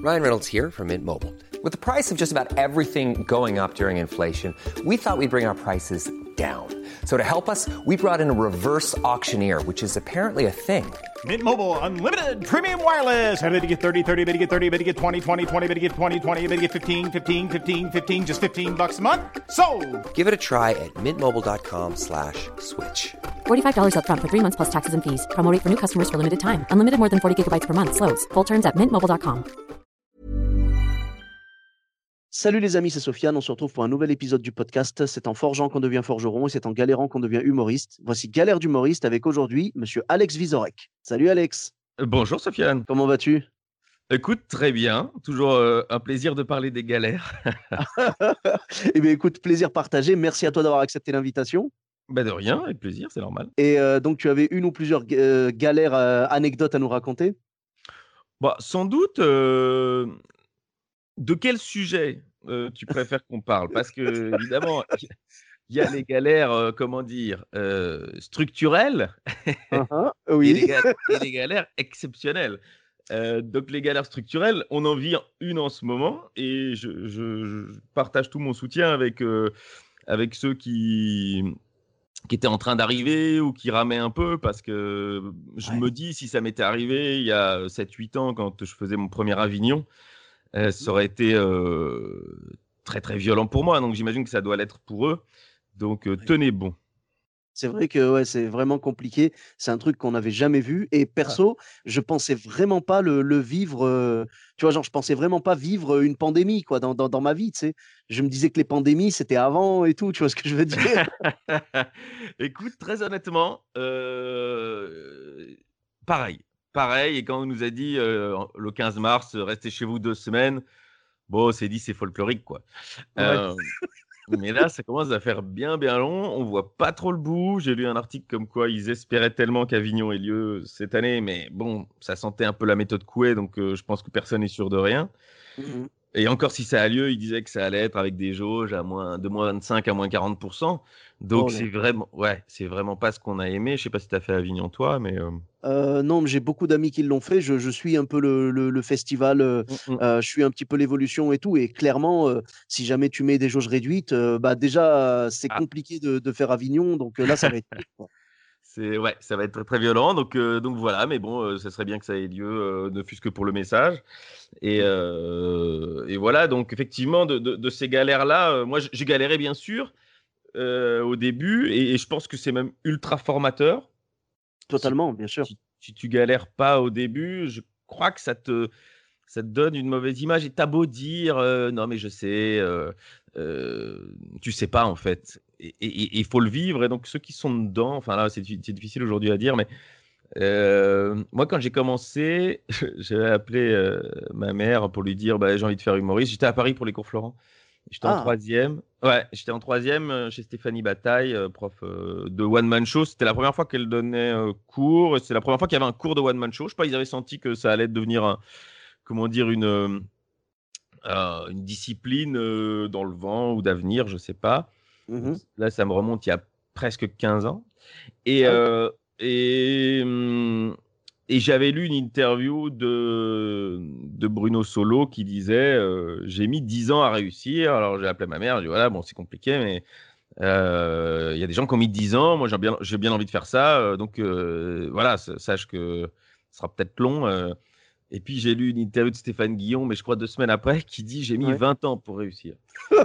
Ryan Reynolds here from Mint Mobile. With the price of just about everything going up during inflation, we thought we'd bring our prices down. So to help us, we brought in a reverse auctioneer, which is apparently a thing. Mint Mobile Unlimited Premium Wireless. How to get 30, 30, bit to get 30, bit to get 20, 20, 20, bit to get 20, 20, bit to get 15, 15, 15, 15, just $15 a month? Sold! Give it a try at mintmobile.com/switch. $45 up front for 3 months plus taxes and fees. Promo rate for new customers for limited time. Unlimited more than 40 gigabytes per month. Slows full terms at mintmobile.com. Salut les amis, c'est Sofiane. On se retrouve pour un nouvel épisode du podcast. C'est en forgeant qu'on devient forgeron et c'est en galérant qu'on devient humoriste. Voici Galère d'humoriste avec aujourd'hui monsieur Alex Vizorek. Salut Alex. Bonjour Sofiane. Comment vas-tu? Écoute, très bien. Toujours un plaisir de parler des galères. Eh bien écoute, plaisir partagé. Merci à toi d'avoir accepté l'invitation. De rien, avec plaisir, c'est normal. Et donc tu avais une ou plusieurs galères, anecdotes à nous raconter? Sans doute, de quel sujet tu préfères qu'on parle? Parce que, évidemment, il y a les galères, structurelles Oui. et les galères exceptionnelles. Donc, les galères structurelles, on en vit une en ce moment et je partage tout mon soutien avec ceux qui étaient en train d'arriver ou qui ramaient un peu parce que je me dis, si ça m'était arrivé il y a 7-8 ans quand je faisais mon premier Avignon, ça aurait été très, très violent pour moi. Donc, j'imagine que ça doit l'être pour eux. Donc, tenez bon. C'est vrai que ouais, c'est vraiment compliqué. C'est un truc qu'on n'avait jamais vu. Et perso, je pensais vraiment pas le vivre. Tu vois, genre, je pensais vraiment pas vivre une pandémie quoi, dans ma vie. Tu sais. Je me disais que les pandémies, c'était avant et tout. Tu vois ce que je veux dire? Écoute, très honnêtement, pareil. Et quand on nous a dit le 15 mars, restez chez vous 2 semaines, bon, on s'est dit c'est folklorique quoi. Ouais. Mais là, ça commence à faire bien, bien long. On voit pas trop le bout. J'ai lu un article comme quoi ils espéraient tellement qu'Avignon ait lieu cette année, mais bon, ça sentait un peu la méthode Coué, donc je pense que personne n'est sûr de rien. Mhm. Et encore, si ça a lieu, ils disaient que ça allait être avec des jauges de moins 25 à moins 40%. Donc, Oh là. c'est vraiment pas ce qu'on a aimé. Je sais pas si tu as fait Avignon, toi, mais. Non, mais j'ai beaucoup d'amis qui l'ont fait. Je suis un peu le festival. Je suis un petit peu l'évolution et tout. Et clairement, si jamais tu mets des jauges réduites, déjà, c'est Ah. compliqué de faire Avignon. Donc là, ça va être pire, quoi. Ça va être très, très violent. Donc voilà, mais bon, ça serait bien que ça ait lieu, ne fût-ce que pour le message. Et voilà, donc effectivement, de ces galères-là, moi, j'ai galéré, bien sûr, au début. Et je pense que c'est même ultra formateur. Totalement, bien sûr. Si tu galères pas au début, je crois que ça te donne une mauvaise image. Et t'as beau dire non, mais je sais, tu sais pas en fait. Et il faut le vivre. Et donc, ceux qui sont dedans, enfin là, c'est difficile aujourd'hui à dire, mais moi, quand j'ai commencé, j'avais appelé ma mère pour lui dire j'ai envie de faire humoriste. J'étais à Paris pour les cours Florent. J'étais en troisième. Ouais, j'étais en troisième chez Stéphanie Bataille, prof de One Man Show. C'était la première fois qu'elle donnait cours. C'est la première fois qu'il y avait un cours de One Man Show. Je sais pas, ils avaient senti que ça allait devenir une discipline dans le vent ou d'avenir, je sais pas. Mhm. Là, ça me remonte il y a presque 15 ans. Et, et j'avais lu une interview de Bruno Solo qui disait j'ai mis 10 ans à réussir. Alors j'ai appelé ma mère, j'ai dit voilà, bon, c'est compliqué, mais il y a des gens qui ont mis 10 ans. Moi, j'ai bien envie de faire ça. Donc voilà, sache que ce sera peut-être long. Et puis j'ai lu une interview de Stéphane Guillon, mais je crois 2 semaines après, qui dit j'ai mis 20 ans pour réussir.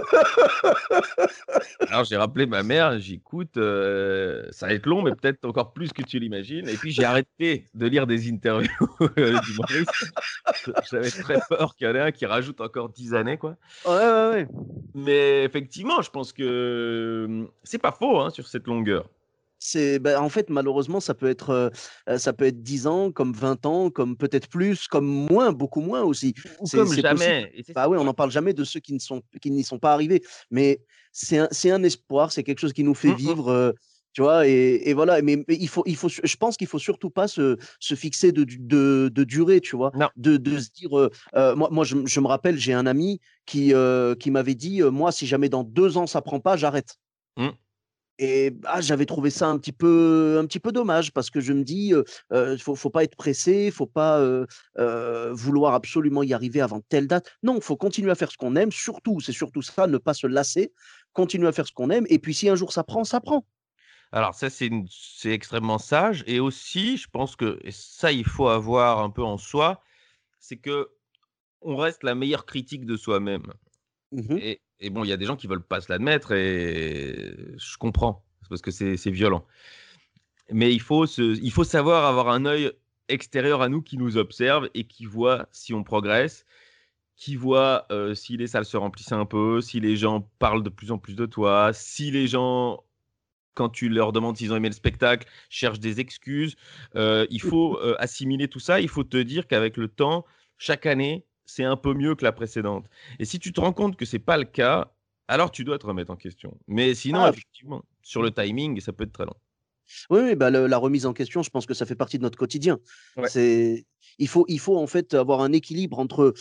Alors j'ai rappelé ma mère, j'écoute, ça va être long, mais peut-être encore plus que tu l'imagines. Et puis j'ai arrêté de lire des interviews d'humoristes. J'avais très peur qu'il y en ait un qui rajoute encore 10 années, quoi. Ouais. Mais effectivement, je pense que c'est pas faux hein, sur cette longueur. En fait, malheureusement, ça peut être 10 ans, comme 20 ans, comme peut-être plus, comme moins, beaucoup moins aussi. Ou C'est comme possible. jamais. Et Oui, on n'en parle jamais de ceux qui n'y sont pas arrivés. Mais c'est un espoir, c'est quelque chose qui nous fait vivre, tu vois. Et voilà. Mais je pense qu'il faut surtout pas se fixer de durée, tu vois. Non. De se dire, moi, je me rappelle, j'ai un ami qui m'avait dit, moi, si jamais dans 2 ans ça prend pas, j'arrête. Et j'avais trouvé ça un petit peu dommage parce que je me dis, faut pas être pressé, faut pas, vouloir absolument y arriver avant telle date. Non, faut continuer à faire ce qu'on aime, surtout, c'est surtout ça, ne pas se lasser, continuer à faire ce qu'on aime et puis si un jour ça prend, ça prend. Alors ça, c'est extrêmement sage et aussi, je pense que et ça, il faut avoir un peu en soi, c'est que on reste la meilleure critique de soi-même Mmh. et bon, il y a des gens qui veulent pas se l'admettre et je comprends, c'est parce que c'est violent. Mais il faut savoir avoir un œil extérieur à nous qui nous observe et qui voit si on progresse, qui voit, si les salles se remplissent un peu, si les gens parlent de plus en plus de toi, si les gens, quand tu leur demandes s'ils ont aimé le spectacle, cherchent des excuses. Il faut, assimiler tout ça. Il faut te dire qu'avec le temps, chaque année, c'est un peu mieux que la précédente et si tu te rends compte que c'est pas le cas, alors tu dois te remettre en question. Mais sinon, Ah, effectivement, sur le timing, ça peut être très long. oui, oui, bah, le la remise en question, je pense que ça fait partie de notre quotidien. Ouais. C'est il faut en fait avoir un équilibre entre,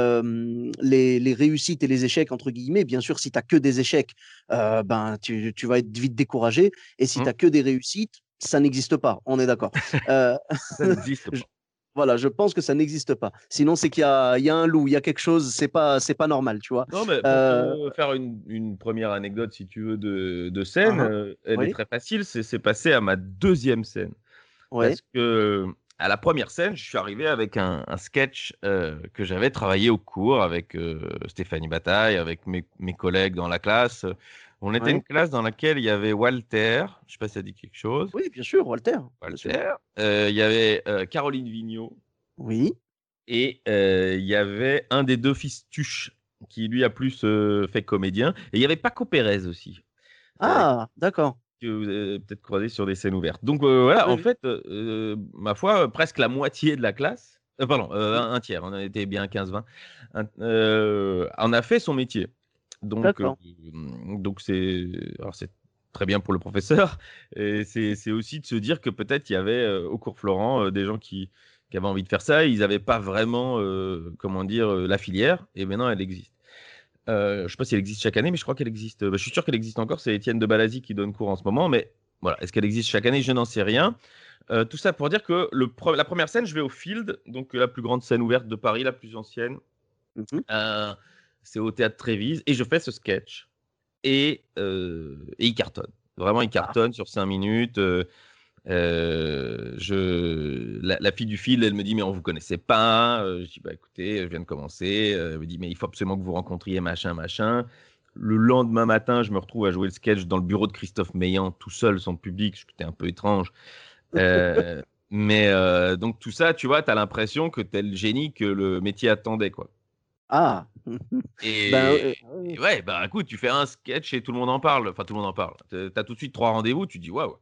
les «réussites» et les «échecs» entre guillemets. Bien sûr, si tu as que des échecs, ben, tu vas être vite découragé et si tu Mmh. as que des réussites, ça n'existe pas, on est d'accord. Heu, Ça n'existe j pas. voilà, je pense que ça n'existe pas. Sinon, c'est qu'il y a un loup, il y a quelque chose, c'est pas normal, tu vois? Non, mais pour Heu, te faire une première anecdote, si tu veux, de scène, hein, hein. elle est Oui, très facile. C'est passé à ma deuxième scène. ouais, Parce que, à la première scène, je suis arrivé avec un sketch, que j'avais travaillé au cours avec, Stéphanie Bataille, avec mes collègues dans la classe. On était une ouais. classe dans laquelle il y avait Walter, je ne sais pas si ça dit quelque chose. Oui, bien sûr, Walter, bien sûr. Walter, il y avait, Caroline Vigneault Oui. et il y avait un des 2 fils Tuche qui lui a plus, fait comédien et il y avait Paco Pérez aussi, heu Ah! D'accord. que vous avez peut-être croisé sur des scènes ouvertes. Donc, voilà, Oui, en oui. fait, ma foi, presque la moitié de la classe, pardon, Mmh. un tiers, on était bien 15-20, en a fait son métier. Donc, D'accord. donc c'est très bien pour le professeur et c'est aussi de se dire que peut-être il y avait, au cours Florent, des gens qui avaient envie de faire ça. Ils n'avaient pas vraiment, comment dire, la filière et maintenant elle existe. Je ne sais pas si elle existe chaque année, mais je crois qu'elle existe. Je suis sûr qu'elle existe encore. C'est Étienne de Balazy qui donne cours en ce moment. Mais voilà, est-ce qu'elle existe chaque année? Je n'en sais rien. Tout ça pour dire que la première scène, je vais au Field, donc la plus grande scène ouverte de Paris, la plus ancienne. Mmh mh. Euh, c'est au théâtre Trévise. Et je fais ce sketch. Et il cartonne. Vraiment, il Ah, cartonne sur 5 minutes. La fille du fil, elle me dit, mais on vous connaissait pas. Je dis, bah écoutez, je viens de commencer. Elle me dit, mais il faut absolument que vous rencontriez machin, machin. Le lendemain matin, je me retrouve à jouer le sketch dans le bureau de Christophe Meillan, tout seul, sans public, ce qui était un peu étrange. Euh, donc tout ça, tu vois, tu as l'impression que tu es le génie que le métier attendait, quoi. ah! Ben, Et ouais, bah écoute, tu fais un sketch et tout le monde en parle. Enfin, tout le monde en parle. Tu as tout de suite 3 rendez-vous, tu dis, waouh.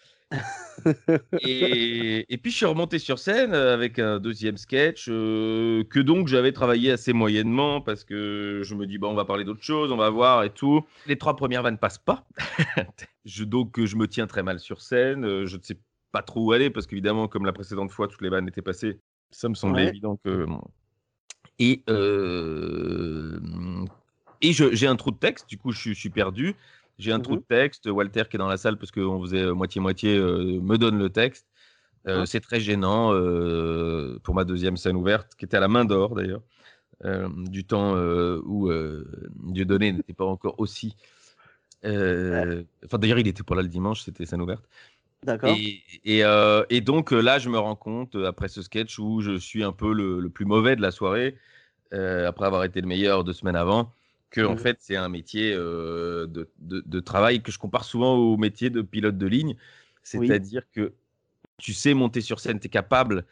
Et puis je suis remonté sur scène avec un deuxième sketch que donc j'avais travaillé assez moyennement parce que je me dis bon on va parler d'autre chose, on va voir et tout. Les 3 premières vannes passent pas. Donc je me tiens très mal sur scène, je ne sais pas trop où aller parce qu'évidemment comme la précédente fois toutes les vannes étaient passées, ça me semblait Ouais. évident que et hem j'ai un trou de texte, du coup je suis perdu. J'ai un Mmh trou mh. de texte, Walter qui est dans la salle parce qu'on faisait moitié-moitié, me donne le texte. Hein. C'est très gênant, pour ma deuxième scène ouverte, qui était à la Main d'Or d'ailleurs, du temps, où, Dieudonné n'était pas encore aussi, Ouais. enfin d'ailleurs il était pas là le dimanche, c'était scène ouverte D'accord. et donc là je me rends compte, après ce sketch où je suis un peu le plus mauvais de la soirée, après avoir été le meilleur 2 semaines avant, qu'en Mmh mh. fait c'est un métier, de travail que je compare souvent au métier de pilote de ligne. Oui. C'est-à-dire que tu sais monter sur scène, tu es capable,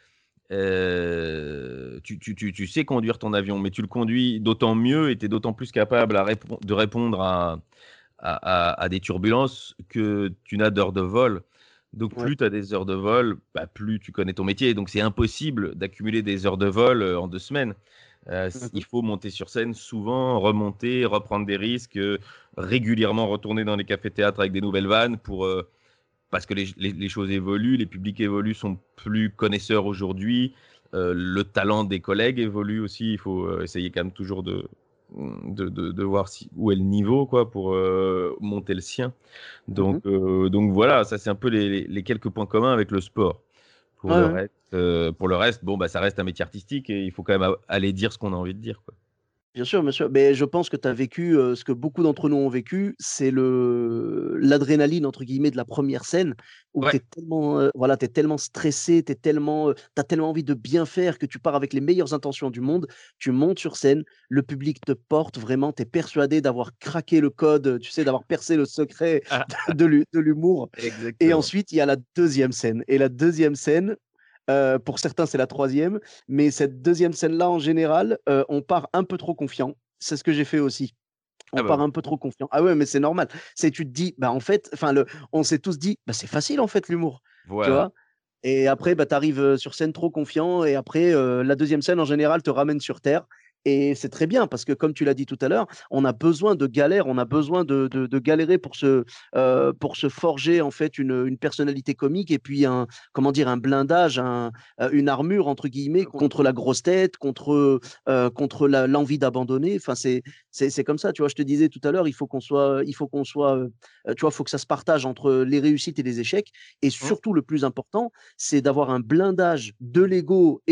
tu sais conduire ton avion, mais tu le conduis d'autant mieux et tu es d'autant plus capable de répondre à des turbulences que tu n'as d'heures de vol. Donc Ouais. plus tu as des heures de vol, bah, plus tu connais ton métier. Donc c'est impossible d'accumuler des heures de vol, en 2 semaines. Mmh Il mh. faut monter sur scène souvent, remonter, reprendre des risques, régulièrement retourner dans les cafés-théâtres avec des nouvelles vannes parce que les choses évoluent, les publics évoluent, sont plus connaisseurs aujourd'hui, le talent des collègues évolue aussi. Il faut essayer quand même toujours de voir où est le niveau, quoi, pour monter le sien. Donc voilà, ça c'est un peu les quelques points communs avec le sport. Pour le reste, bon, bah, ça reste un métier artistique et il faut quand même aller dire ce qu'on a envie de dire, quoi. Bien sûr, bien sûr. Mais je pense que tu as vécu, ce que beaucoup d'entre nous ont vécu, c'est «l'adrénaline» entre guillemets de la première scène où Ouais. tu es tellement, voilà, tu tellement stressé, tu tellement, as tellement envie de bien faire que tu pars avec les meilleures intentions du monde. Tu montes sur scène, le public te porte vraiment, tu es persuadé d'avoir craqué le code, tu sais, d'avoir percé le secret de l'humour et Exactement. ensuite il y a la deuxième scène et la deuxième scène, pour certains, c'est la troisième, mais cette deuxième scène-là, en général, on part un peu trop confiant. C'est ce que j'ai fait aussi. Ah On bah part oui. un peu trop confiant. Ah ouais, mais c'est normal. C'est tu te dis, bah, en fait, enfin, on s'est tous dit: «Bah, c'est facile, en fait, l'humour», tu Voilà. vois? Et après, bah, tu arrives, sur scène trop confiant et après, la deuxième scène, en général, te ramène sur terre et c'est très bien parce que comme tu l'as dit tout à l'heure, on a besoin de galères, on a besoin de galérer pour se forger, en fait, une personnalité comique et puis comment dire? Un blindage, une «armure» entre guillemets contre la grosse tête, contre l'envie d'abandonner. Enfin, c'est comme ça, tu vois? Je te disais tout à l'heure, il faut qu'on soit, tu vois? Il faut que ça se partage entre les réussites et les échecs et Mmh. surtout le plus important, c'est d'avoir un blindage de l'ego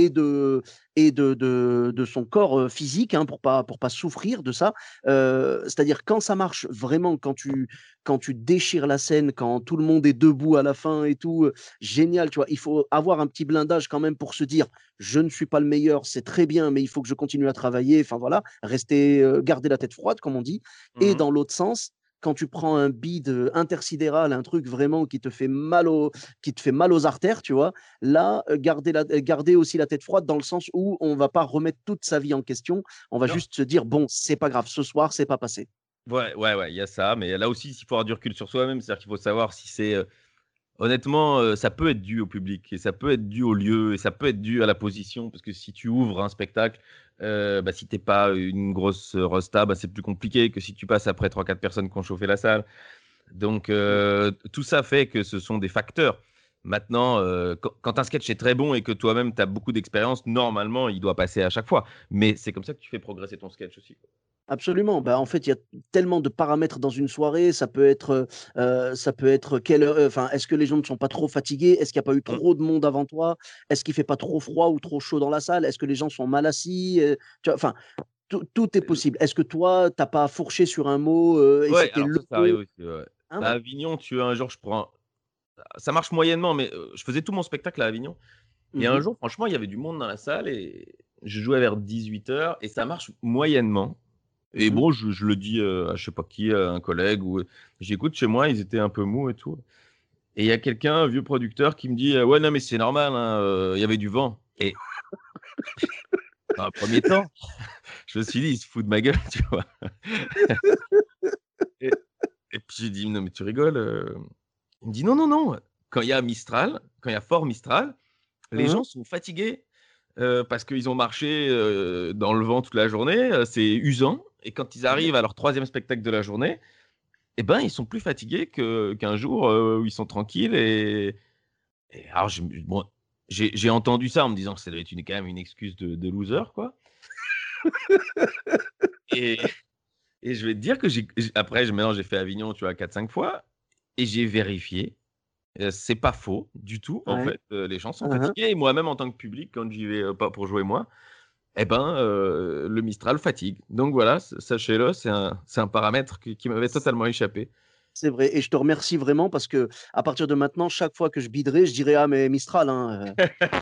et de son corps, physique, hein, pour pas souffrir de ça. C'est-à-dire quand ça marche vraiment, quand tu déchires la scène, quand tout le monde est debout à la fin et tout, génial, tu vois? Il faut avoir un petit blindage quand même pour se dire: «Je ne suis pas le meilleur, c'est très bien, mais il faut que je continue à travailler». Enfin voilà, rester, garder la tête froide comme on dit et Mmh. dans l'autre sens, quand tu prends un bide, intersidéral, un truc vraiment qui te fait mal aux artères, tu vois? Là, garder aussi la tête froide dans le sens où on va pas remettre toute sa vie en question. On va Non. juste se dire: «Bon, c'est pas grave, ce soir, c'est pas passé». Ouais, ouais, ouais, il y a ça, mais là aussi, il faut avoir du recul sur soi-même. C'est-à-dire qu'il faut savoir si c'est, honnêtement, ça peut être dû au public et ça peut être dû au lieu et ça peut être dû à la position parce que si tu ouvres un spectacle, bah, si tu es pas une grosse resta, bah, c'est plus compliqué que si tu passes après 3-4 personnes qui ont chauffé la salle. Donc Mmh. tout ça fait que ce sont des facteurs. Maintenant, quand un sketch est très bon et que toi-même tu as beaucoup d'expérience, normalement, il doit passer à chaque fois. Mais c'est comme ça que tu fais progresser ton sketch aussi, quoi. Absolument. Bah, en fait, il y a tellement de paramètres dans une soirée. Ça peut être quelle heure, enfin, est-ce que les gens ne sont pas trop fatigués? Est-ce qu'il y a pas eu Mmh. trop de monde avant toi? Est-ce qu'il fait pas trop froid ou trop chaud dans la salle? Est-ce que les gens sont mal assis? Tu vois? Enfin, tout est possible. Est-ce que toi, tu as pas fourché sur un mot, et Ouais, c'était alors le ça arrive mot? aussi, ouais, ouais. Hein, À ouais. Avignon, tu vois, un jour, je prends ça marche moyennement, mais je faisais tout mon spectacle à Avignon et Mmh un mh. jour, franchement, il y avait du monde dans la salle et je jouais vers 18h et ça marche moyennement et Mmh. bon, je le dis, à je sais pas qui, à un collègue ou j'écoute chez moi, ils étaient un peu mous et tout et il y a quelqu'un, un vieux producteur qui me dit: «Ouais, non, mais c'est normal, hein, il y avait du vent» et dans un 1er temps, je me suis dit: «Il se fout de ma gueule», tu vois? Et et puis j'ai dit: «Non, mais tu rigoles?» Il me dit: «Non, non, non, quand il y a Mistral, quand il y a fort Mistral, les Mmh. gens sont fatigués, parce qu'ils ont marché, dans le vent toute la journée, c'est usant et quand ils Mmh. arrivent à leur troisième spectacle de la journée et ben, ils sont plus fatigués qu'un jour, où ils sont tranquilles» et alors bon, j'ai entendu ça en me disant que ça devait être quand même une excuse de loser, quoi et et je vais te dire que après maintenant j'ai fait Avignon, tu vois, 4-5 fois et j'ai vérifié. C'est pas faux du tout, en Ouais. fait, les gens sont Mmh. fatigués et moi-même en tant que public quand j'y vais, pas pour jouer moi, et ben, le Mistral fatigue. Donc voilà, sachez-le, c'est un paramètre qui m'avait totalement échappé. C'est vrai et je te remercie vraiment parce que à partir de maintenant, chaque fois que je biderai, je dirai: «Ah mais Mistral, hein».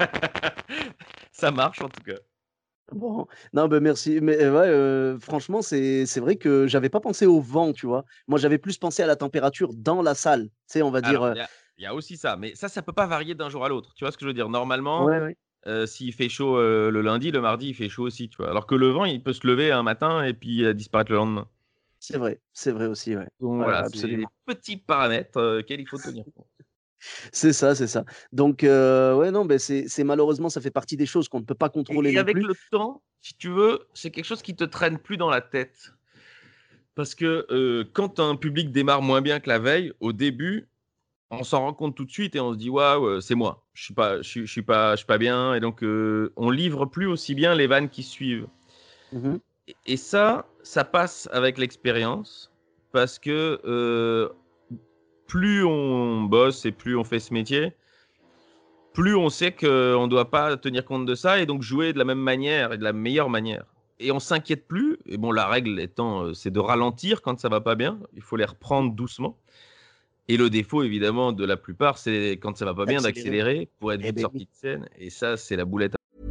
Ça marche en tout cas. Bon, non, ben merci, mais ouais, franchement, c'est vrai que j'avais pas pensé au vent, tu vois? Moi, j'avais plus pensé à la température dans la salle. Tu sais, on va dire, Alors il y a aussi ça, mais ça peut pas varier d'un jour à l'autre. Tu vois ce que je veux dire? Normalement, ouais, ouais, s'il fait chaud, le lundi, le mardi, il fait chaud aussi, tu vois? Alors que le vent, il peut se lever un matin et puis, disparaître le lendemain. c'est vrai aussi, ouais. Donc Ouais, voilà, ouais, c'est des absolument. petits paramètres, auxquels il faut tenir compte. C'est ça, c'est ça. Donc ouais, non, ben c'est malheureusement, ça fait partie des choses qu'on ne peut pas contrôler Et non avec plus. le temps, si tu veux, c'est quelque chose qui te traîne plus dans la tête. Parce que, quand un public démarre moins bien que la veille, au début, on s'en rend compte tout de suite et on se dit: «Waouh, c'est moi. Je suis pas bien» et donc, on livre plus aussi bien les vannes qui suivent. Mmh mh. Et ça passe avec l'expérience parce que plus on bosse et plus on fait ce métier, plus on sait qu'on ne doit pas tenir compte de ça et donc jouer de la même manière et de la meilleure manière. Et on s'inquiète plus. Et bon, la règle étant, c'est de ralentir quand ça va pas bien. Il faut les reprendre doucement. Et le défaut, évidemment, de la plupart, c'est quand ça va pas bien d'accélérer pour être Eh vite ben sorti oui. de scène. Et ça, c'est la boulette.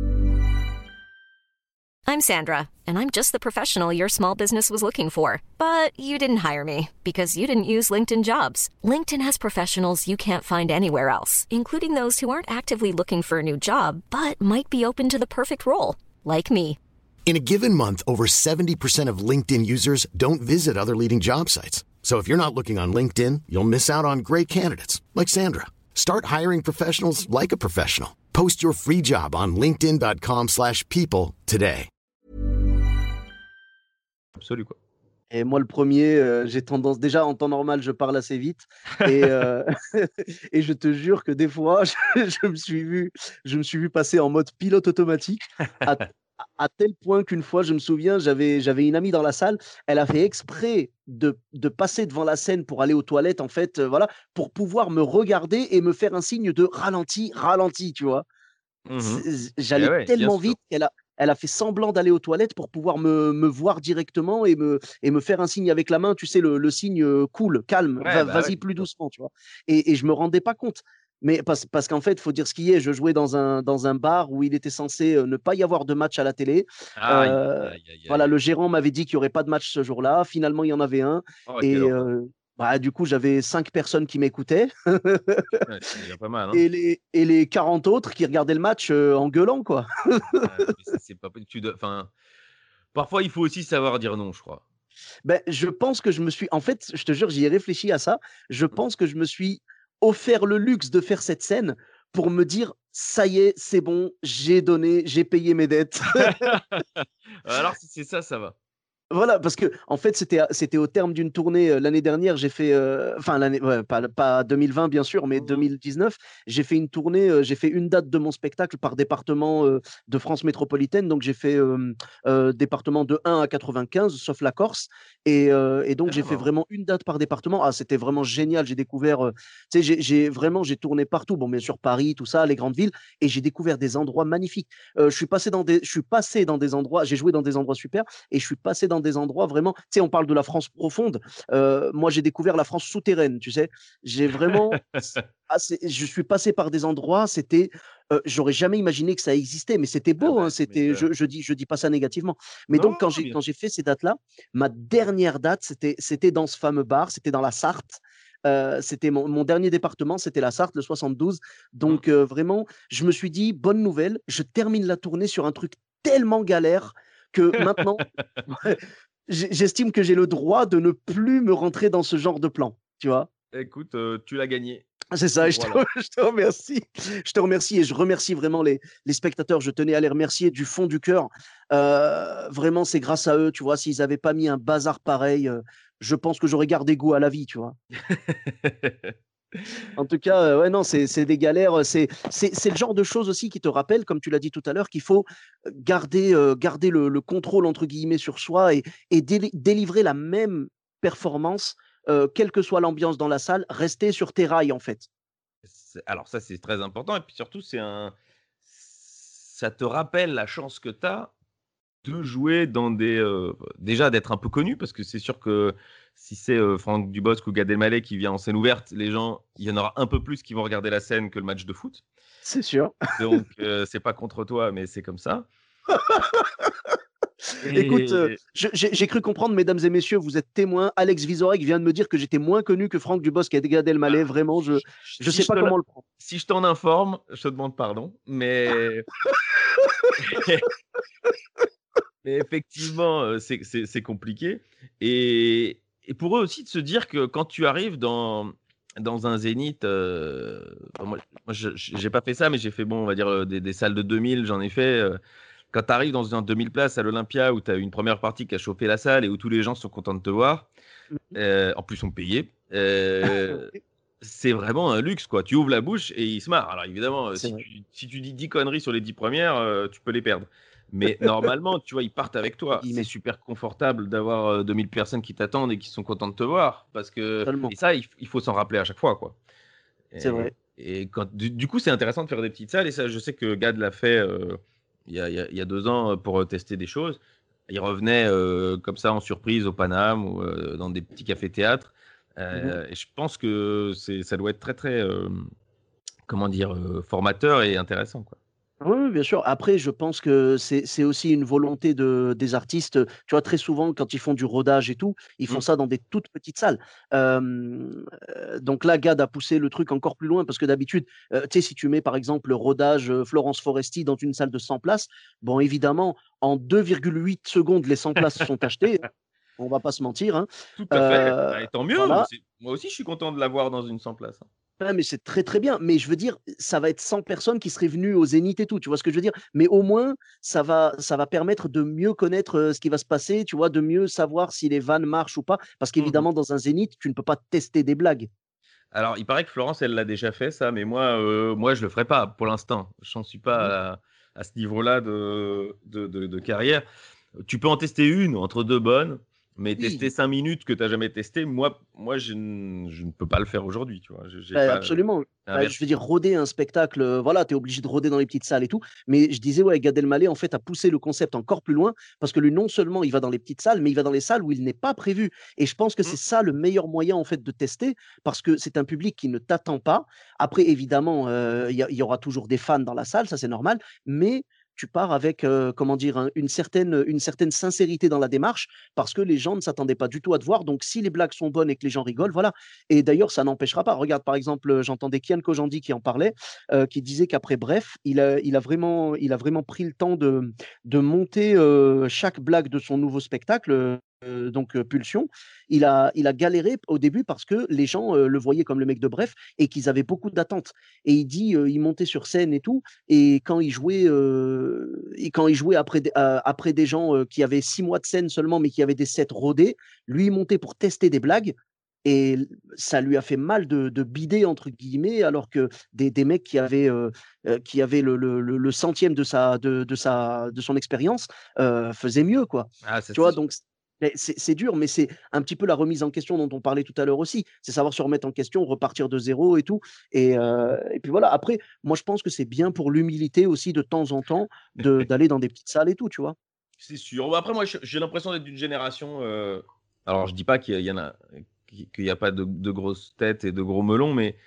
I'm Sandra, and I'm just the professional your small business was looking for. But you didn't hire me because you didn't use LinkedIn Jobs. LinkedIn has professionals you can't find anywhere else, including those who aren't actively looking for a new job, but might be open to the perfect role, like me. In a given month, over 70% of LinkedIn users don't visit other leading job sites. So if you're not looking on LinkedIn, you'll miss out on great candidates like Sandra. Start hiring professionals like a professional. Post your free job on linkedin.com/people today. Absolu, quoi. Et moi, le premier, j'ai tendance, déjà en temps normal, je parle assez vite. Et, et je te jure que des fois, je me suis vu passer en mode pilote automatique à, à tel point qu'une fois, je me souviens, j'avais une amie dans la salle, elle a fait exprès de passer devant la scène pour aller aux toilettes, en fait, voilà, pour pouvoir me regarder et me faire un signe de ralenti, ralenti, tu vois. Mhm. J'allais Ouais, bien tellement sûr. vite qu'elle a fait semblant d'aller aux toilettes pour pouvoir me voir directement et me faire un signe avec la main, tu sais, le signe cool, calme, Ouais, bah ouais, vas-y bien plus sûr. doucement, tu vois. Et je me rendais pas compte. Mais parce qu'en fait, il faut dire ce qui est, je jouais dans un bar où il était censé ne pas y avoir de match à la télé. Aïe, Euh, aïe, aïe, voilà, aïe, le aïe. gérant m'avait dit qu'il n'y aurait pas de match ce jour-là. Finalement, il y en avait un. Oh, quelle Et horreur. bah, du coup, j'avais 5 personnes qui m'écoutaient Ouais, c'est déjà pas mal, hein. et les 40 autres qui regardaient le match en gueulant, quoi. Ouais, non, mais c'est pas enfin, parfois, il faut aussi savoir dire non, je crois. Ben, je pense que je me suis en fait, je te jure, j'y ai réfléchi à ça. Je pense que je me suis offert le luxe de faire cette scène pour me dire: «Ça y est, c'est bon, j'ai donné, j'ai payé mes dettes». Alors, si c'est ça, ça va. Voilà, parce que en fait, c'était au terme d'une tournée, l'année dernière, j'ai fait, enfin l'année ouais, pas 2020 bien sûr, mais Mhm. 2019, j'ai fait une tournée, j'ai fait une date de mon spectacle par département, de France métropolitaine. Donc j'ai fait, département de 1 à 95, sauf la Corse. Et donc j'ai Ah, fait marrant. vraiment une date par département. Ah, c'était vraiment génial. J'ai découvert, tu sais, j'ai tourné partout. Bon, bien sûr Paris, tout ça, les grandes villes, et j'ai découvert des endroits magnifiques. Je suis passé dans des endroits, j'ai joué dans des endroits super, et je suis passé dans des endroits vraiment, tu sais, on parle de la France profonde. Moi, j'ai découvert la France souterraine, tu sais. J'ai vraiment, je suis passé par des endroits, j'aurais jamais imaginé que ça existait, mais c'était Ah beau, bah, hein, tu m'étonnes. je dis pas ça négativement. Mais donc, Non, quand j'ai, bien quand j'ai fait ces dates-là, ma dernière date, c'était dans ce fameux bar, c'était dans la Sarthe. C'était mon dernier département, c'était la Sarthe, le 72. Mmh. Donc, vraiment, je me suis dit, bonne nouvelle, je termine la tournée sur un truc tellement galère que maintenant, j'estime que j'ai le droit de ne plus me rentrer dans ce genre de plan, tu vois? Écoute, tu l'as gagné. C'est ça, je te Voilà. je te remercie. Je te remercie et je remercie vraiment les spectateurs. Je tenais à les remercier du fond du cœur. Vraiment, c'est grâce à eux, tu vois? S'ils avaient pas mis un bazar pareil, je pense que j'aurais gardé goût à la vie, tu vois? En tout cas, ouais, non, c'est des galères, c'est le genre de choses aussi qui te rappellent, comme tu l'as dit tout à l'heure, qu'il faut garder le «contrôle» entre guillemets sur soi et délivrer la même performance, quelle que soit l'ambiance dans la salle, rester sur tes rails, en fait. Alors ça, c'est très important et puis surtout, ça te rappelle la chance que tu as de jouer dans déjà d'être un peu connu parce que c'est sûr que si c'est, Franck Dubosc ou Gad Elmaleh qui vient en scène ouverte, il y en aura un peu plus qui vont regarder la scène que le match de foot. C'est sûr. Donc c'est pas contre toi, mais c'est comme ça Écoute, et j'ai cru comprendre, mesdames et messieurs, vous êtes témoins. Alex Vizorek vient de me dire que j'étais moins connu que Franck Dubosc et Gad Elmaleh. Vraiment, je si sais je pas te comment le prendre. si je t'en informe, je te demande pardon, mais mais effectivement, c'est compliqué et pour eux aussi de se dire que quand tu arrives dans un zénith, enfin moi je j'ai pas fait ça, mais j'ai fait bon, on va dire, des salles de 2000, j'en ai fait, quand tu arrives dans un 2000 places à l'Olympia où tu as une première partie qui a chauffé la salle et où tous les gens sont contents de te voir, Mmh. en plus on payait, c'est vraiment un luxe, quoi. Tu ouvres la bouche et ils se marrent. Alors évidemment, C'est vrai. si tu dis 10 conneries sur les 10 premières, tu peux les perdre. Mais normalement, tu vois, ils partent avec toi. Guillemets. C'est super confortable d'avoir 2000 personnes qui t'attendent et qui sont contentes de te voir. Totalement. Et ça, il faut s'en rappeler à chaque fois, quoi. C'est vrai. Et du coup, c'est intéressant de faire des petites salles. Et ça, je sais que Gad l'a fait il y a 2 ans pour tester des choses. Il revenait comme ça en surprise au Paname ou dans des petits cafés-théâtres. Et je pense que ça doit être très, très, formateur et intéressant, quoi. Oui, bien sûr. Après, je pense que c'est aussi une volonté des artistes. Tu vois, très souvent, quand ils font du rodage et tout, ils font Mm. ça dans des toutes petites salles. Donc là, Gad a poussé le truc encore plus loin parce que d'habitude, tu sais, si tu mets par exemple le rodage Florence Foresti dans une salle de 100 places, bon, évidemment, en 2,8 secondes, les 100 places sont achetées. On va pas se mentir, hein. Tout à fait. Bah, et tant mieux. Voilà. Moi aussi, je suis content de l'avoir dans une 100 places. Ouais, mais c'est très, très bien. Mais je veux dire, ça va être 100 personnes qui seraient venues au Zénith et tout. Tu vois ce que je veux dire? Mais au moins, ça va permettre de mieux connaître ce qui va se passer, tu vois, de mieux savoir si les vannes marchent ou pas. Parce Mhm. qu'évidemment, dans un Zénith, tu ne peux pas tester des blagues. Alors, il paraît que Florence, elle l'a déjà fait, ça, mais moi, je le ferai pas pour l'instant. Je n'en suis Mhm. pas à ce niveau-là de carrière. Tu peux en tester une entre 2 bonnes, mais Oui. tester 5 minutes que tu n'as jamais testé, moi je ne peux pas le faire aujourd'hui, tu vois. J'ai Bah, pas absolument. l'inverse. Je veux dire, roder un spectacle, voilà, tu es obligé de roder dans les petites salles et tout. Mais je disais, ouais, Gad Elmaleh, en fait, a poussé le concept encore plus loin parce que lui, non seulement il va dans les petites salles, mais il va dans les salles où il n'est pas prévu. Et je pense que Mm. c'est ça le meilleur moyen, en fait, de tester parce que c'est un public qui ne t'attend pas. Après, évidemment, il y aura toujours des fans dans la salle, ça c'est normal, mais tu pars avec, comment dire, une certaine sincérité dans la démarche parce que les gens ne s'attendaient pas du tout à te voir. Donc, si les blagues sont bonnes et que les gens rigolent, voilà. Et d'ailleurs, ça n'empêchera pas. Regarde, par exemple, j'entendais Kian Kojandi qui en parlait, qui disait qu'après Bref, il a vraiment pris le temps de monter chaque blague de son nouveau spectacle. Donc Pulsion, il a galéré au début parce que les gens le voyaient comme le mec de Bref et qu'ils avaient beaucoup d'attentes. Et il dit, il montait sur scène et tout, et quand il jouait après des gens qui avaient 6 mois de scène seulement, mais qui avaient des sets rodés, lui il montait pour tester des blagues. Et ça lui a fait mal de bider, entre guillemets, alors que des mecs qui avaient le centième de son expérience faisaient mieux, quoi. Ah, ça, Tu vois, c'est donc c'est dur, mais c'est un petit peu la remise en question dont on parlait tout à l'heure aussi. C'est savoir se remettre en question, repartir de zéro et tout. Et puis voilà, après, moi je pense que c'est bien pour l'humilité aussi de temps en temps d'aller dans des petites salles et tout, tu vois. c'est sûr. Bah, après, moi, j'ai l'impression d'être d'une génération. Alors, je dis pas qu'il y en a, qu'il n'y a pas de grosses têtes et de gros melons, mais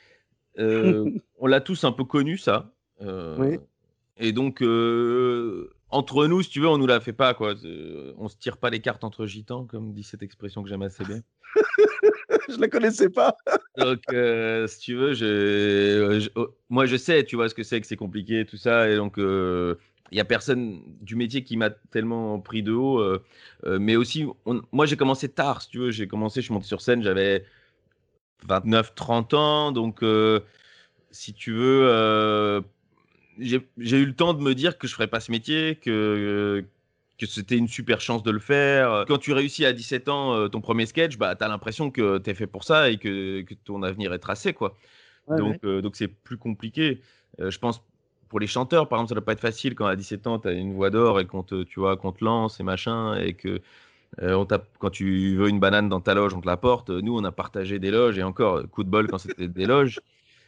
on l'a tous un peu connu, ça. Oui. Et donc, entre nous, si tu veux, on nous la fait pas, quoi. On se tire pas les cartes entre gitans, comme dit cette expression que j'aime assez bien. Je la connaissais pas. Donc, si tu veux, moi, je sais, tu vois, ce que c'est compliqué, tout ça. Et donc, il n'y a personne du métier qui m'a tellement pris de haut. Mais aussi, moi, j'ai commencé tard, si tu veux. Je suis monté sur scène, j'avais 29, 30 ans. Donc, si tu veux, j'ai eu le temps de me dire que je ne ferais pas ce métier, que c'était une super chance de le faire. Quand tu réussis à 17 ans ton premier sketch, bah, tu as l'impression que tu es fait pour ça et que ton avenir est tracé, quoi. Ouais, Donc, donc c'est plus compliqué. Je pense pour les chanteurs, par exemple, ça doit pas être facile quand à 17 ans, tu as une voix d'or et qu'on te lance et machin, et que quand tu veux une banane dans ta loge, on te l'apporte. Nous, on a partagé des loges, et encore, coup de bol quand c'était des loges.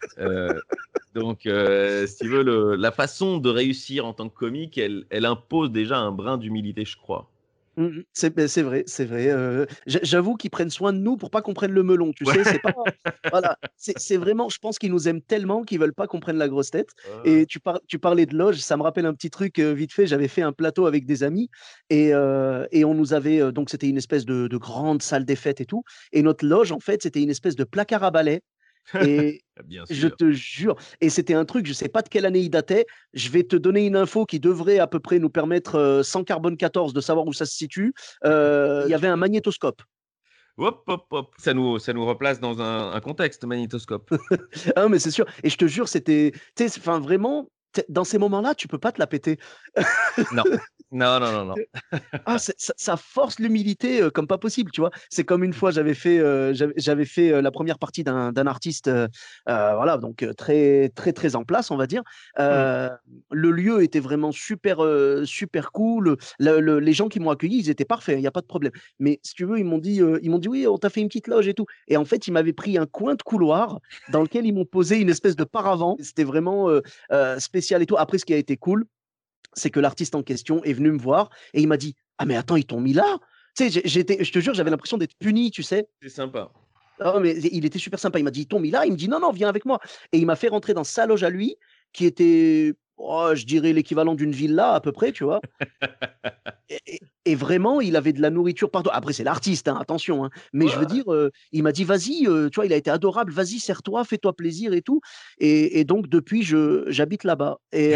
Donc, si tu veux, la façon de réussir en tant que comique, elle impose déjà un brin d'humilité, je crois. C'est vrai, c'est vrai. J'avoue qu'ils prennent soin de nous pour pas qu'on prenne le melon, tu sais. C'est pas, voilà, c'est vraiment, je pense qu'ils nous aiment tellement qu'ils veulent pas qu'on prenne la grosse tête. Et tu parlais de loge, ça me rappelle un petit truc vite fait. J'avais fait un plateau avec des amis et on nous avait donc c'était une espèce de grande salle des fêtes et tout. Et notre loge, en fait, c'était une espèce de placard à balai. Et Bien je sûr. te jure, et c'était un truc, je sais pas de quelle année il datait. Je vais te donner une info qui devrait à peu près nous permettre, sans carbone 14, de savoir où ça se situe. Il y avait un magnétoscope. Hop, hop, hop. Ça nous replace dans un contexte, magnétoscope. Ah, mais c'est sûr. Et je te jure, c'était, tu sais, enfin vraiment, dans ces moments-là, tu peux pas te la péter. Non. Non, non, non, non. Ah, ça force l'humilité comme pas possible, tu vois. C'est comme une fois, j'avais fait la première partie d'un artiste, voilà, donc très, très, très en place, on va dire. Mmh. Le lieu était vraiment super, super cool. Les gens qui m'ont accueilli, ils étaient parfaits, il n'y a pas de problème. Mais si tu veux, ils m'ont dit, oui, on t'a fait une petite loge et tout. Et en fait, ils m'avaient pris un coin de couloir dans lequel ils m'ont posé une espèce de paravent. C'était vraiment spécial et tout. Après, ce qui a été cool, c'est que l'artiste en question est venu me voir et il m'a dit: «Ah mais attends, ils t'ont mis là?» Tu sais, je te jure, j'avais l'impression d'être puni, tu sais? C'est sympa. Ah mais il était super sympa. Il m'a dit: «Ils t'ont mis là?» Il me dit: «Non, non, viens avec moi» et il m'a fait rentrer dans sa loge à lui qui était, oh, je dirais l'équivalent d'une villa à peu près, tu vois? Et vraiment, il avait de la nourriture partout. Après, c'est l'artiste, hein, attention, hein. Mais je veux Ouais. dire, il m'a dit: «Vas-y», tu vois? Il a été adorable: «Vas-y, sers-toi, fais-toi plaisir et tout» et donc depuis, j'habite là-bas et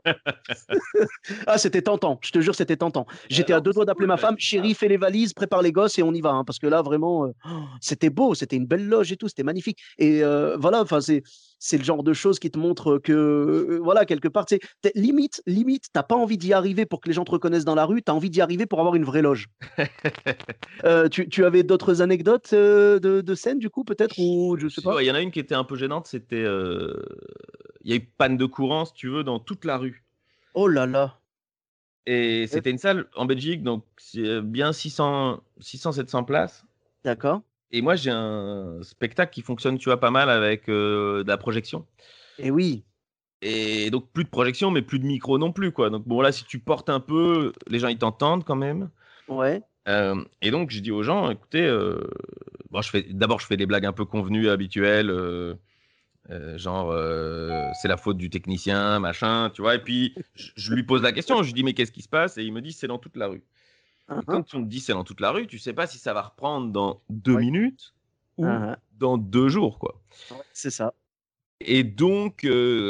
ah, c'était tentant, je te jure, c'était tentant. Ah J'étais à non, mais 2 doigts c'est d'appeler cool, ma bah, femme: c'est ça. «Chérie, fais les valises, prépare les gosses et on y va, hein», parce que là, vraiment, c'était beau, c'était une belle loge et tout, c'était magnifique et voilà, enfin, c'est le genre de choses qui te montrent que, voilà, quelque part, tu sais, limite, tu as pas envie d'y arriver pour que les gens te reconnaissent dans la rue, tu as envie d'y arriver pour avoir une vraie loge. Tu avais d'autres anecdotes, de scènes, du coup, peut-être ou je sais Si, pas? ouais, il y en a une qui était un peu gênante, c'était, il y a eu panne de courant, si tu veux, dans toute la rue Oh là là! et Ouais, c'était une salle en Belgique, donc c'est, bien 600-700 places d'accord et moi, j'ai un spectacle qui fonctionne, tu vois, pas mal avec, de la projection et oui, et donc plus de projection, mais plus de micro non plus, quoi, donc bon, là, si tu portes un peu, les gens, ils t'entendent quand même, ouais, et donc je dis aux gens: «Écoutez, bon, je fais des blagues un peu convenues, habituelles, genre, c'est la faute du technicien, machin, tu vois? Et puis je lui pose la question, je lui dis: «Mais qu'est-ce qui se passe?» et il me dit: «C'est dans toute la rue». hein, Et hein, quand on te dit: «C'est dans toute la rue», tu sais pas si ça va reprendre dans 2 ouais, minutes ou hein, hein, dans 2 jours, quoi. ouais, c'est ça. Et donc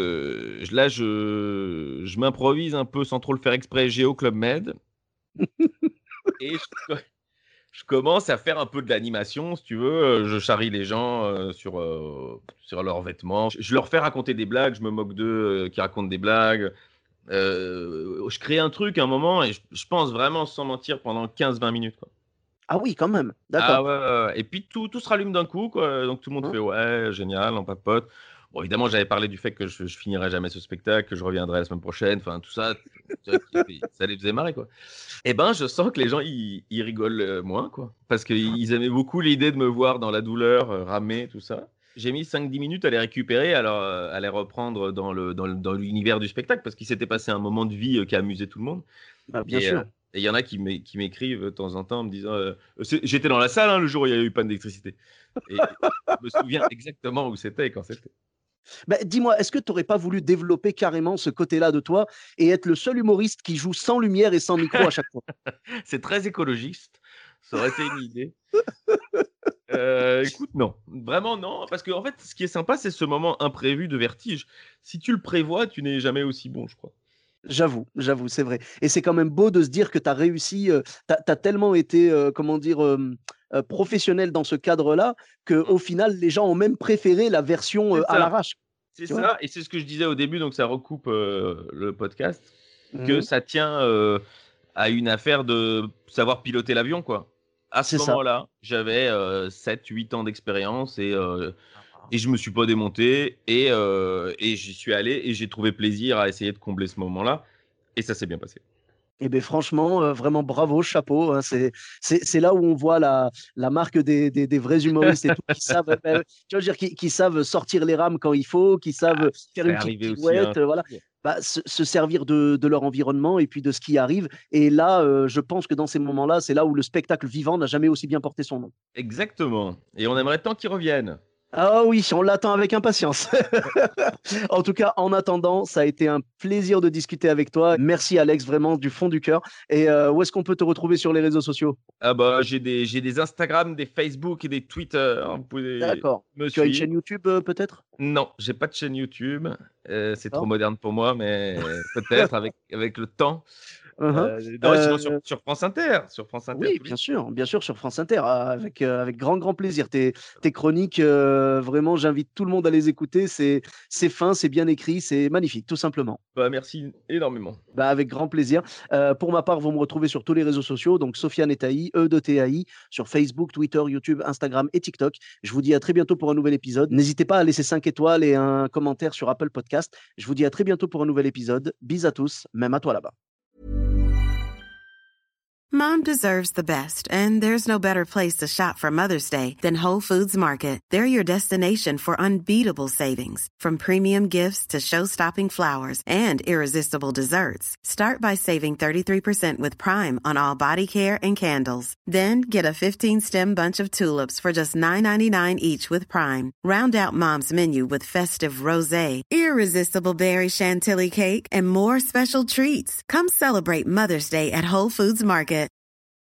je m'improvise un peu sans trop le faire exprès, Géo Club Med et je commence à faire un peu de l'animation, si tu veux, je charrie les gens, sur leurs vêtements. Je leur fais raconter des blagues, je me moque d'eux, qui racontent des blagues. Je crée un truc à un moment et je pense vraiment sans mentir pendant 15-20 minutes, quoi. Ah oui, quand même, Ah d'accord. ouais, ouais, ouais et puis tout se rallume d'un coup, quoi, donc tout le monde Hein, fait: «Ouais, génial», on papote. Bon évidemment, j'avais parlé du fait que je finirais jamais ce spectacle, que je reviendrai la semaine prochaine, enfin tout ça, tu vois, ça les faisait marrer, quoi. Et ben, je sens que les gens ils rigolent, moins, quoi, parce qu'ils aimaient beaucoup l'idée de me voir dans la douleur, ramer, tout ça. J'ai mis 5-10 minutes à les récupérer, alors, à les reprendre dans l'univers du spectacle parce qu'il s'était passé un moment de vie, qui a amusé tout le monde bah, bien et sûr. il y en a qui m'écrivent de temps en temps en me disant, «J'étais dans la salle, hein, le jour où il y a eu panne d'électricité» et je me souviens exactement où c'était et quand c'était. Bah, dis-moi, est-ce que tu aurais pas voulu développer carrément ce côté-là de toi et être le seul humoriste qui joue sans lumière et sans micro à chaque fois? C'est très écologiste, ça aurait été une idée. Écoute, non. Vraiment non, parce qu'en fait, ce qui est sympa, c'est ce moment imprévu de vertige. Si tu le prévois, tu n'es jamais aussi bon, je crois. J'avoue, c'est vrai et c'est quand même beau de se dire que tu as réussi, tu as tellement été, comment dire? Professionnel dans ce cadre-là Mmh. qu'au final, les gens ont même préféré la version, C'est à ça, l'arrache, c'est tu vois? ça et c'est ce que je disais au début, donc ça recoupe, le podcast, que Mmh. ça tient, à une affaire de savoir piloter l'avion, quoi. À ce C'est ça. moment-là, j'avais, 7-8 ans d'expérience et je me suis pas démonté et j'y suis allé et j'ai trouvé plaisir à essayer de combler ce moment-là et ça s'est bien passé. Et beh, franchement, vraiment bravo, chapeau, hein. C'est là où on voit la marque des vrais humoristes et tout, qui savent, tu vois, je veux dire, qui savent sortir les rames quand il faut, qui savent faire C'est une petite arrivé aussi, hein, pirouette, voilà. toujours. Bah, se servir de leur environnement et puis de ce qui arrive et là, je pense que dans ces moments-là, c'est là où le spectacle vivant n'a jamais aussi bien porté son nom. Exactement et on aimerait tant qu'ils reviennent. Ah oui, on l'attend avec impatience. En tout cas, en attendant, ça a été un plaisir de discuter avec toi. Merci Alex, vraiment du fond du cœur et où est-ce qu'on peut te retrouver sur les réseaux sociaux? Ah bah, j'ai des Instagram, des Facebook et des Twitter. Vous pouvez D'accord. me Tu as une suivre. chaîne YouTube, peut-être? Non, j'ai pas de chaîne YouTube, c'est trop D'accord. moderne pour moi, mais peut-être avec le temps. Sinon sur France Inter. Oui, bien sûr, sur France Inter, avec grand plaisir. Tes chroniques, vraiment, j'invite tout le monde à les écouter. C'est fin, c'est bien écrit, c'est magnifique, tout simplement. Merci énormément. Avec grand plaisir. Pour ma part, vous me retrouvez sur tous les réseaux sociaux, donc Sofiane Etaï, E-de-T-A-I, sur Facebook, Twitter, YouTube, Instagram et TikTok. Je vous dis à très bientôt pour un nouvel épisode. N'hésitez pas à laisser 5 étoiles et un commentaire sur Apple Podcast. Je vous dis à très bientôt pour un nouvel épisode. Bis à tous, même à toi là-bas. Mom deserves the best, and there's no better place to shop for Mother's Day than Whole Foods Market. They're your destination for unbeatable savings, from premium gifts to show-stopping flowers and irresistible desserts. Start by saving 33% with Prime on all body care and candles. Then get a 15-stem bunch of tulips for just $9.99 each with Prime. Round out Mom's menu with festive rosé, irresistible berry chantilly cake, and more special treats. Come celebrate Mother's Day at Whole Foods Market.